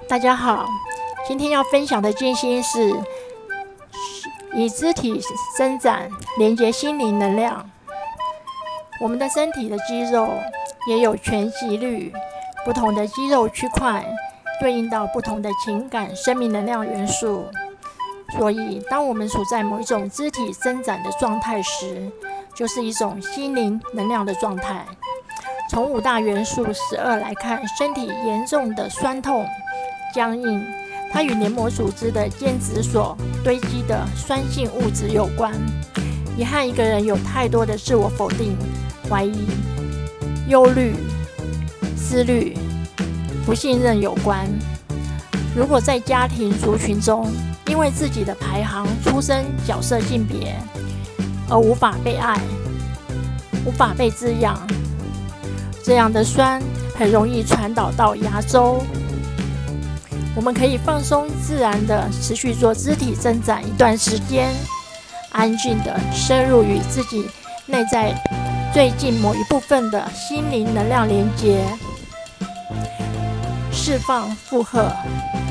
大家好，今天要分享的静心是以肢体伸展连接心灵能量。我们的身体的肌肉也有全息律，不同的肌肉区块对应到不同的情感、生命能量元素。所以，当我们处在某一种肢体伸展的状态时，就是一种心灵能量的状态。从5大元素12来看，身体严重的酸痛、僵硬，它与黏膜组织的间质所堆积的酸性物质有关，也和一个人有太多的自我否定、怀疑、忧虑、思虑、不信任有关。如果在家庭族群中，因为自己的排行、出生、角色、性别而无法被爱、无法被滋养，这样的酸很容易传导到牙周。我们可以放松自然的持续做肢体伸展一段时间，安静的深入与自己内在最近某一部分的心灵能量连接，释放负荷，